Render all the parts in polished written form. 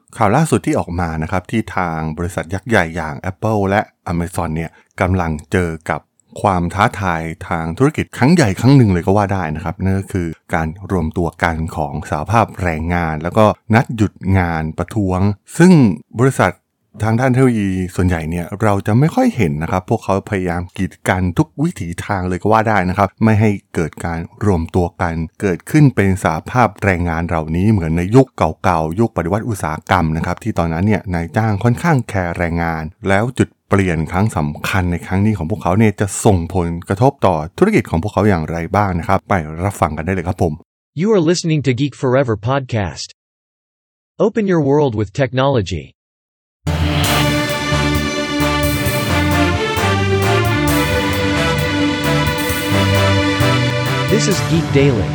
ข่าวล่าสุดที่ออกมานะครับที่ทางบริษัทยักษ์ใหญ่อย่าง Apple และ Amazon เนี่ยกำลังเจอกับความท้าทายทางธุรกิจครั้งใหญ่ครั้งหนึ่งเลยก็ว่าได้นะครับนั่นก็คือการรวมตัวกันของสหภาพแรงงานแล้วก็นัดหยุดงานประท้วงซึ่งบริษัททางด้านเทคโนโลยีส่วนใหญ่เนี่ยเราจะไม่ค่อยเห็นนะครับพวกเขาพยายามกีดกันทุกวิถีทางเลยก็ว่าได้นะครับไม่ให้เกิดการรวมตัวกันเกิดขึ้นเป็นสหภาพแรงงานเหล่านี้เหมือนในยุคเก่าๆยุคปฏิวัติอุตสาหกรรมนะครับที่ตอนนั้นเนี่ยนายจ้างค่อนข้างแคร์แรงงานแล้วจุดเปลี่ยนครั้งสำคัญในครั้งนี้ของพวกเขาเนี่ยจะส่งผลกระทบต่อธุรกิจของพวกเขาอย่างไรบ้างนะครับไปรับฟังกันได้เลยครับผม You are listening to Geek Forever podcast. Open your world with technology.This is Geek Daily.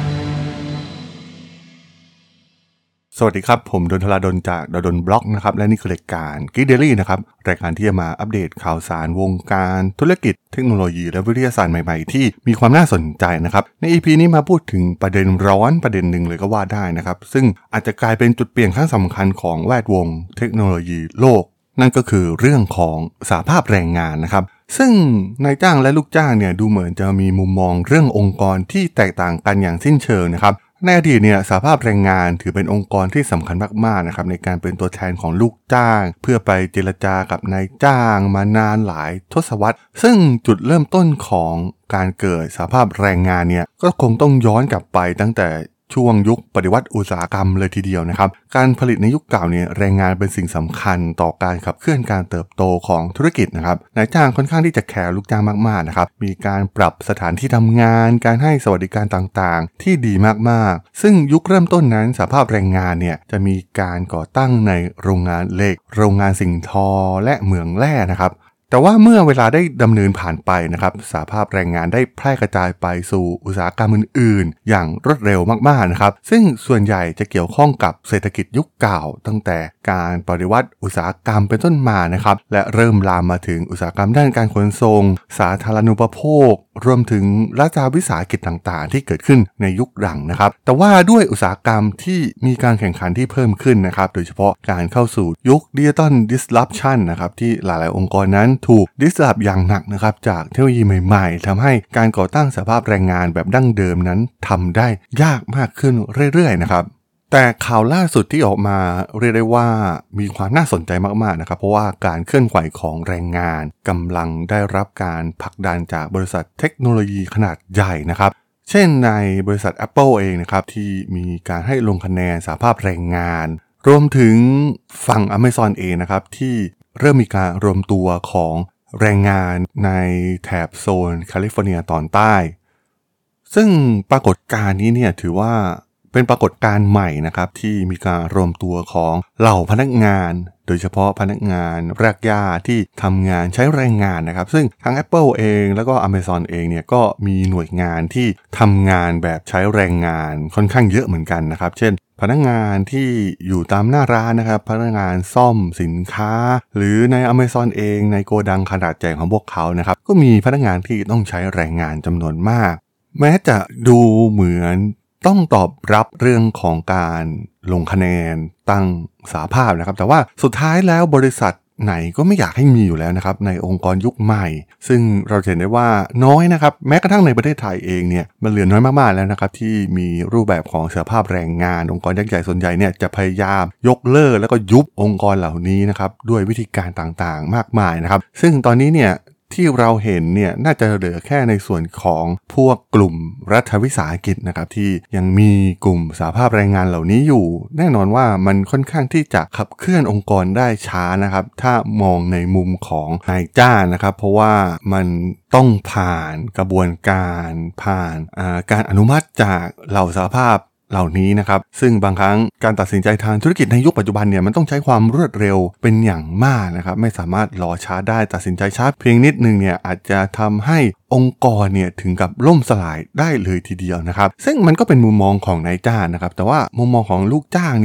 สวัสดีครับผมดนทราดลจากดนบล็อกนะครับและนี่คือรายการ Geek Daily นะครับรายการที่จะมาอัปเดตข่าวสารวงการธุรกิจเทคโนโลยีและวิทยาศาสตร์ใหม่ๆที่มีความน่าสนใจนะครับใน EP นี้มาพูดถึงประเด็นร้อนประเด็นหนึ่งเลยก็ว่าได้นะครับซึ่งอาจจะกลายเป็นจุดเปลี่ยนครั้งสำคัญของแวดวงเทคโนโลยีโลกนั่นก็คือเรื่องของสหภาพแรงงานนะครับซึ่งนายจ้างและลูกจ้างเนี่ยดูเหมือนจะมีมุมมองเรื่ององค์กรที่แตกต่างกันอย่างสิ้นเชิงนะครับในอดีตเนี่ยสหภาพแรงงานถือเป็นองค์กรที่สำคัญมากๆนะครับในการเป็นตัวแทนของลูกจ้างเพื่อไปเจรจากับนายจ้างมานานหลายทศวรรษซึ่งจุดเริ่มต้นของการเกิดสหภาพแรงงานเนี่ยก็คงต้องย้อนกลับไปตั้งแต่ช่วงยุคปฏิวัติอุตสาหกรรมเลยทีเดียวนะครับการผลิตในยุคเก่าเนี่ยแรงงานเป็นสิ่งสำคัญต่อการขับเคลื่อนการเติบโตของธุรกิจนะครับนายจ้างค่อนข้างที่จะแคร์ลูกจ้างมากๆนะครับมีการปรับสถานที่ทำงานการให้สวัสดิการต่างๆที่ดีมากๆซึ่งยุคเริ่มต้นนั้นสหภาพแรงงานเนี่ยจะมีการก่อตั้งในโรงงานเหล็กโรงงานสิ่งทอและเหมืองแร่นะครับแต่ว่าเมื่อเวลาได้ดำเนินผ่านไปนะครับสหภาพแรงงานได้แพร่กระจายไปสู่อุตสาหกรรมอื่นๆอย่างรวดเร็วมากๆนะครับซึ่งส่วนใหญ่จะเกี่ยวข้องกับเศรษฐกิจยุคเก่าตั้งแต่การปฏิวัติอุตสาหกรรมเป็นต้นมานะครับและเริ่มลามมาถึงอุตสาหกรรมด้านการขนส่งสาธารณูปโภครวมถึงรัฐวิสาหกิจต่างๆที่เกิดขึ้นในยุคหลังนะครับแต่ว่าด้วยอุตสาหกรรมที่มีการแข่งขันที่เพิ่มขึ้นนะครับโดยเฉพาะการเข้าสู่ยุค Digital Disruption นะครับที่หลายๆองค์กรนั้นถูก disrupt อย่างหนักนะครับจากเทคโนโลยีใหม่ๆทำให้การก่อตั้งสหภาพแรงงานแบบดั้งเดิมนั้นทำได้ยากมากขึ้นเรื่อยๆนะครับแต่ข่าวล่าสุดที่ออกมาเรียกได้ว่ามีความน่าสนใจมากๆนะครับเพราะว่าการเคลื่อนไหวของแรงงานกำลังได้รับการผลักดันจากบริษัทเทคโนโลยีขนาดใหญ่นะครับเช่นในบริษัท Apple เองนะครับที่มีการให้ลงคะแนนสหภาพแรงงานรวมถึงฝั่ง Amazon เองนะครับที่เริ่มมีการรวมตัวของแรงงานในแถบโซนแคลิฟอร์เนียตอนใต้ซึ่งปรากฏการณ์นี้เนี่ยถือว่าเป็นปรากฏการณ์ใหม่นะครับที่มีการรวมตัวของเหล่าพนักงานโดยเฉพาะพนักงานรากหญ้าที่ทำงานใช้แรงงานนะครับซึ่งทั้ง Apple เองแล้วก็ Amazon เองเนี่ยก็มีหน่วยงานที่ทำงานแบบใช้แรงงานค่อนข้างเยอะเหมือนกันนะครับเช่นพนักงานที่อยู่ตามหน้าร้านนะครับพนักงานซ่อมสินค้าหรือใน Amazon เองในโกดังขนาดใหญ่ของพวกเขานะครับก็มีพนักงานที่ต้องใช้แรงงานจำนวนมากแม้จะดูเหมือนต้องตอบรับเรื่องของการลงคะแนนตั้งสหภาพนะครับแต่ว่าสุดท้ายแล้วบริษัทไหนก็ไม่อยากให้มีอยู่แล้วนะครับในองค์กรยุคใหม่ซึ่งเราเห็นได้ว่าน้อยนะครับแม้กระทั่งในประเทศไทยเองเนี่ยมันเหลือน้อยมากๆแล้วนะครับที่มีรูปแบบของสหภาพแรงงานองค์กรยักษ์ใหญ่ส่วนใหญ่เนี่ยจะพยายามยกเลิกแล้วก็ยุบองค์กรเหล่านี้นะครับด้วยวิธีการต่างๆมากมายนะครับซึ่งตอนนี้เนี่ยที่เราเห็นเนี่ยน่าจะเหลือแค่ในส่วนของพวกกลุ่มรัฐวิสาหกิจนะครับที่ยังมีกลุ่มสหภาพแรงงานเหล่านี้อยู่แน่นอนว่ามันค่อนข้างที่จะขับเคลื่อนองค์กรได้ช้านะครับถ้ามองในมุมของนายจ้างนะครับเพราะว่ามันต้องผ่านกระบวนการผ่านการอนุมัติจากเหล่าสหภาพเหล่านี้นะครับซึ่งบางครั้งการตัดสินใจทางธุรกิจในยุคปัจจุบันเนี่ยมันต้องใช้ความรวดเร็วเป็นอย่างมากนะครับไม่สามารถรอช้าได้ตัดสินใจช้าเพียงนิดนึงเนี่ยอาจจะทำให้องค์กรเนี่ยถึงกับล่มสลายได้เลยทีเดียวนะครับซึ่งมันก็เป็นมุมมองของนายจ้างนะครับแต่ว่ามุมมองของลูกจ้างเนี่ย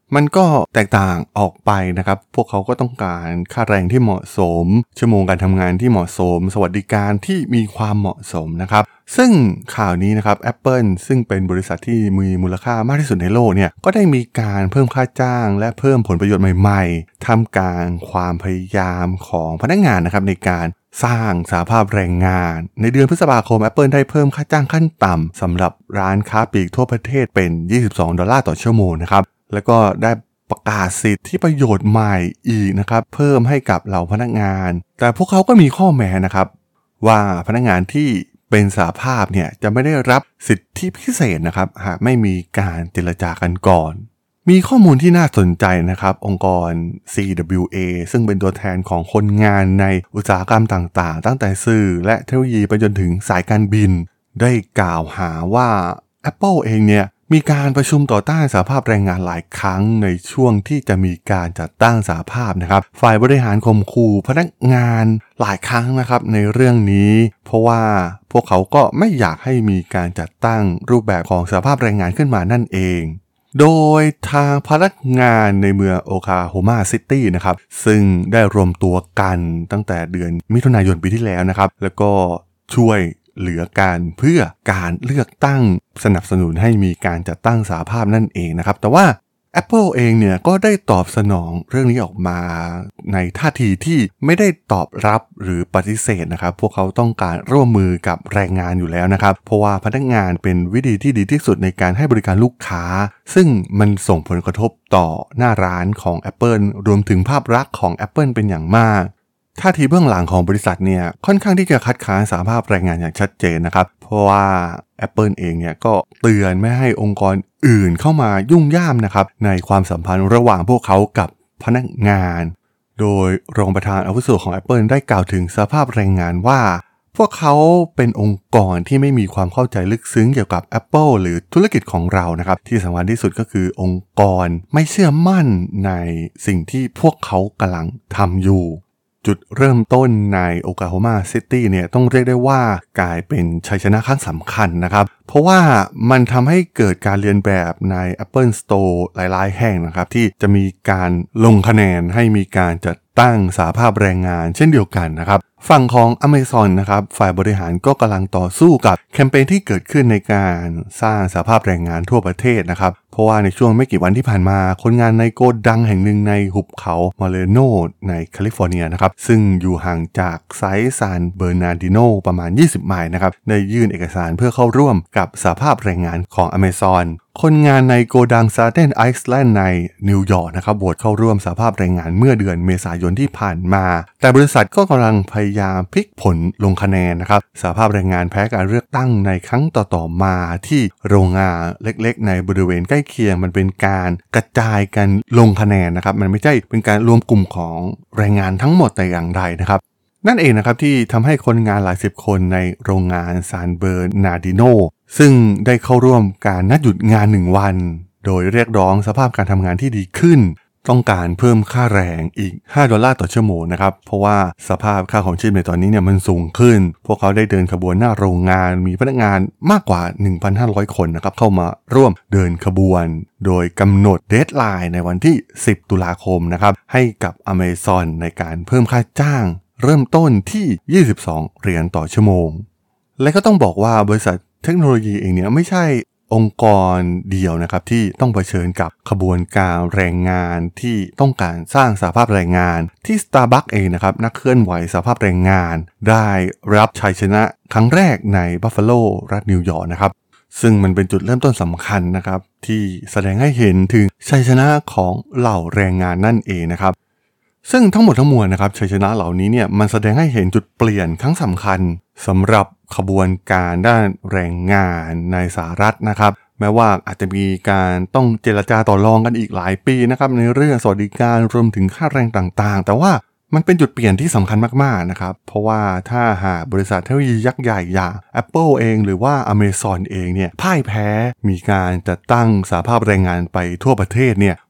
มันก็แตกต่างออกไปนะครับพวกเขาก็ต้องการค่าแรงที่เหมาะสมชั่วโมงการทำงานที่เหมาะสมสวัสดิการที่มีความเหมาะสมนะครับซึ่งข่าวนี้นะครับ Apple ซึ่งเป็นบริษัทที่มีมูลค่ามากที่สุดในโลกเนี่ยก็ได้มีการเพิ่มค่าจ้างและเพิ่มผลประโยชน์ใหม่ๆท่ามกลางความพยายามของพนักงานนะครับในการสร้างสหภาพแรงงานในเดือนพฤษภาคม Apple ได้เพิ่มค่าจ้างขั้นต่ำสำหรับร้านค้าปลีกทั่วประเทศเป็น$22ต่อชั่วโมงนะครับแล้วก็ได้ประกาศสิทธิประโยชน์ใหม่อีกนะครับเพิ่มให้กับเหล่าพนักงานแต่พวกเขาก็มีข้อแม้นะครับว่าพนักงานที่เป็นสหภาพเนี่ยจะไม่ได้รับสิทธิพิเศษนะครับหากไม่มีการเจรจากันก่อนมีข้อมูลที่น่าสนใจนะครับองค์กร CWA ซึ่งเป็นตัวแทนของคนงานในอุตสาหกรรมต่างๆตั้งแต่สื่อและเทคโนโลยีไปจนถึงสายการบินได้กล่าวหาว่า Apple เองเนี่ยมีการประชุมต่อต้านสหภาพแรงงานหลายครั้งในช่วงที่จะมีการจัดตั้งสหภาพนะครับฝ่ายบริหารข่มขู่พนักงานหลายครั้งนะครับในเรื่องนี้เพราะว่าพวกเขาก็ไม่อยากให้มีการจัดตั้งรูปแบบของสหภาพแรงงานขึ้นมานั่นเองโดยทางพนักงานในเมืองโอคลาโฮมาซิตี้นะครับซึ่งได้รวมตัวกันตั้งแต่เดือนมิถุนายนปีที่แล้วนะครับแล้วก็ช่วยเหลือการเพื่อการเลือกตั้งสนับสนุนให้มีการจัดตั้งสหภาพนั่นเองนะครับแต่ว่า Apple เองเนี่ยก็ได้ตอบสนองเรื่องนี้ออกมาในท่าทีที่ไม่ได้ตอบรับหรือปฏิเสธนะครับพวกเขาต้องการร่วมมือกับแรงงานอยู่แล้วนะครับเพราะว่าพนักงานเป็นวิธีที่ดีที่สุดในการให้บริการลูกค้าซึ่งมันส่งผลกระทบต่อหน้าร้านของ Apple รวมถึงภาพลักษณ์ของ Apple เป็นอย่างมากท่าทีเบื้องหลังของบริษัทเนี่ยค่อนข้างที่จะคัดค้านสหภาพแรงงานอย่างชัดเจนนะครับเพราะว่า Apple เองเนี่ยก็เตือนไม่ให้องค์กรอื่นเข้ามายุ่งย่ามนะครับในความสัมพันธ์ระหว่างพวกเขากับพนักงานโดยรองประธานอาวุโสของ Apple ได้กล่าวถึงสหภาพแรงงานว่าพวกเขาเป็นองค์กรที่ไม่มีความเข้าใจลึกซึ้งเกี่ยวกับ Apple หรือธุรกิจของเรานะครับที่สำคัญที่สุดก็คือองค์กรไม่เชื่อมั่นในสิ่งที่พวกเขากำลังทำอยู่จุดเริ่มต้นในโอคลาโฮมาซิตี้เนี่ยต้องเรียกได้ว่ากลายเป็นชัยชนะครั้งสำคัญนะครับเพราะว่ามันทำให้เกิดการเรียนแบบใน Apple Store หลายๆแห่งนะครับที่จะมีการลงคะแนนให้มีการจัดตั้งสหภาพแรงงานเช่นเดียวกันนะครับฝั่งของ Amazon นะครับฝ่ายบริหารก็กำลังต่อสู้กับแคมเปญที่เกิดขึ้นในการสร้างสหภาพแรงงานทั่วประเทศนะครับเพราะว่าในช่วงไม่กี่วันที่ผ่านมาคนงานในโกดังแห่งหนึ่งในหุบเขามาเลโนในแคลิฟอร์เนียนะครับซึ่งอยู่ห่างจากไซต์ซานเบอร์นาร์ดิโนประมาณ20ไมล์นะครับได้ยื่นเอกสารเพื่อเข้าร่วมกับสหภาพแรงงานของ Amazon คนงานในโกดังซาเทนไอซ์แลนด์ในนิวยอร์กนะครับโหวตเข้าร่วมสหภาพแรงงานเมื่อเดือนเมษายนที่ผ่านมาแต่บริษัทก็กำลังพยายามพลิกผลลงคะแนนนะครับสหภาพแรงงานแพ้การเลือกตั้งในครั้งต่อๆมาที่โรงงานเล็กๆในบริเวณใกล้เคียงมันเป็นการกระจายกันลงคะแนนนะครับมันไม่ใช่เป็นการรวมกลุ่มของแรงงานทั้งหมดแต่อย่างใดนะครับนั่นเองนะครับที่ทำให้คนงานหลายสิบคนในโรงงานซานเบอร์นาร์ดิโนซึ่งได้เข้าร่วมการนัดหยุดงาน1วันโดยเรียกร้องสภาพการทำงานที่ดีขึ้นต้องการเพิ่มค่าแรงอีก$5ต่อชั่วโมงนะครับเพราะว่าสภาพค่าของชีพในตอนนี้เนี่ยมันสูงขึ้นพวกเขาได้เดินขบวนหน้าโรงงานมีพนักงานมากกว่า 1,500 คนนะครับเข้ามาร่วมเดินขบวนโดยกำหนดเดดไลน์ในวันที่10ตุลาคมนะครับให้กับ Amazon ในการเพิ่มค่าจ้างเริ่มต้นที่$22ต่อชั่วโมงและก็ต้องบอกว่าบริษัทเทคโนโลยีเองเนี่ยไม่ใช่องค์กรเดียวนะครับที่ต้องเผชิญกับขบวนการแรงงานที่ต้องการสร้างสหภาพแรงงานที่ Starbucks เองนะครับนักเคลื่อนไหวสหภาพแรงงานได้รับชัยชนะครั้งแรกในบัฟฟาโลรัฐนิวยอร์กนะครับซึ่งมันเป็นจุดเริ่มต้นสำคัญนะครับที่แสดงให้เห็นถึงชัยชนะของเหล่าแรงงานนั่นเองนะครับซึ่งทั้งหมดทั้งมวลนะครับชัยชนะเหล่านี้เนี่ยมันแสดงให้เห็นจุดเปลี่ยนครั้งสำคัญสำหรับขบวนการด้านแรงงานในสหรัฐนะครับแม้ว่าอาจจะมีการต้องเจรจาต่อรองกันอีกหลายปีนะครับในเรื่องสวัสดิการรวมถึงค่าแรงต่างๆแต่ว่ามันเป็นจุดเปลี่ยนที่สำคัญมากๆนะครับเพราะว่าถ้าหากบริษัทเทคโนโลยียักษ์ใหญ่อย่าง Apple เองหรือว่า Amazon เองเนี่ยพ่ายแพ้มีการจัดตั้งสหภาพแรงงานไปทั่วประเทศเนี่ย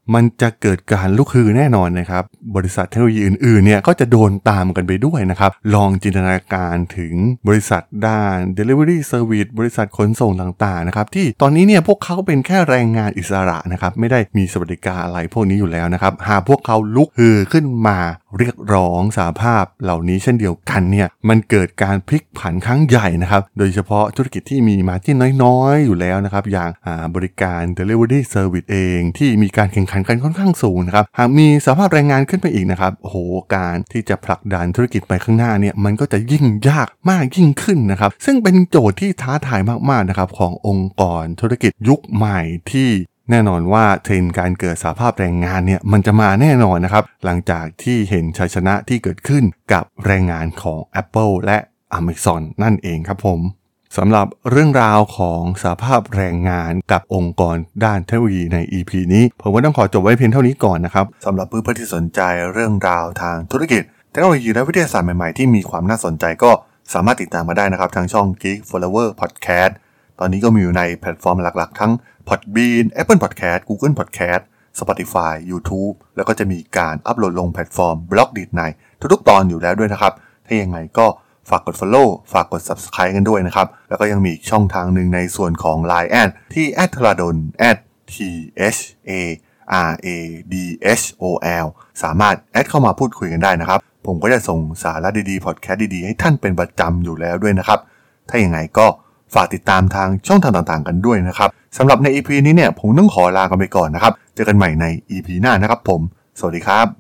มันจะเกิดการลุกฮือแน่นอนนะครับบริษัทเทคโนโลยีอื่นๆเนี่ยก็จะโดนตามกันไปด้วยนะครับลองจินตนาการถึงบริษัทด้าน Delivery Service บริษัทขนส่งต่างๆนะครับที่ตอนนี้เนี่ยพวกเขาเป็นแค่แรงงานอิสระนะครับไม่ได้มีสวัสดิการอะไรพวกนี้อยู่แล้วนะครับหากพวกเขาลุกฮือขึ้นมาเรียกร้องสหภาพเหล่านี้เช่นเดียวกันเนี่ยมันเกิดการพลิกผันครั้งใหญ่นะครับโดยเฉพาะธุรกิจที่มีมาร์จิ้นน้อยๆอยู่แล้วนะครับอย่างบริการ Delivery Service เองที่มีการแข่งขันกันค่อนข้างสูงนะครับหากมีสภาพแรงงานขึ้นไปอีกนะครับโอ้โหการที่จะผลักดันธุรกิจไปข้างหน้าเนี่ยมันก็จะยิ่งยากมากยิ่งขึ้นนะครับซึ่งเป็นโจทย์ที่ท้าทายมากๆนะครับขององค์กรธุรกิจยุคใหม่ที่แน่นอนว่าเทรนด์การเกิดสหภาพแรงงานเนี่ยมันจะมาแน่นอนนะครับหลังจากที่เห็นชัยชนะที่เกิดขึ้นกับแรงงานของ Apple และ Amazon นั่นเองครับผมสำหรับเรื่องราวของสหภาพแรงงานกับองค์กรด้านเทคโนโลยีใน EP นี้ผมก็ต้องขอจบไว้เพียงเท่านี้ก่อนนะครับสำหรับเพื่อนๆที่สนใจเรื่องราวทางธุรกิจเทคโนโลยีและวิทยาศาสตร์ใหม่ๆที่มีความน่าสนใจก็สามารถติดตามมาได้นะครับทางช่อง Geek Flower Podcast ตอนนี้ก็มีอยู่ในแพลตฟอร์มหลักๆทั้ง Podbean Apple Podcast Google Podcast Spotify YouTube แล้วก็จะมีการอัปโหลดลงแพลตฟอร์ม Blogdit ในทุกๆตอนอยู่แล้วด้วยนะครับถ้ายังไงก็ฝากกด follow ฝากกด subscribe กันด้วยนะครับแล้วก็ยังมีช่องทางหนึ่งในส่วนของ Line แอดที่ @thradol @THARADSOL สามารถแอดเข้ามาพูดคุยกันได้นะครับผมก็จะส่งสาระดีๆพอดแคสต์ดีๆให้ท่านเป็นประจำอยู่แล้วด้วยนะครับถ้าอย่างไรก็ฝากติดตามทางช่องทางต่างๆกันด้วยนะครับสำหรับใน EP นี้เนี่ยผมต้องขอลากันไปก่อนนะครับเจอกันใหม่ใน EP หน้านะครับผมสวัสดีครับ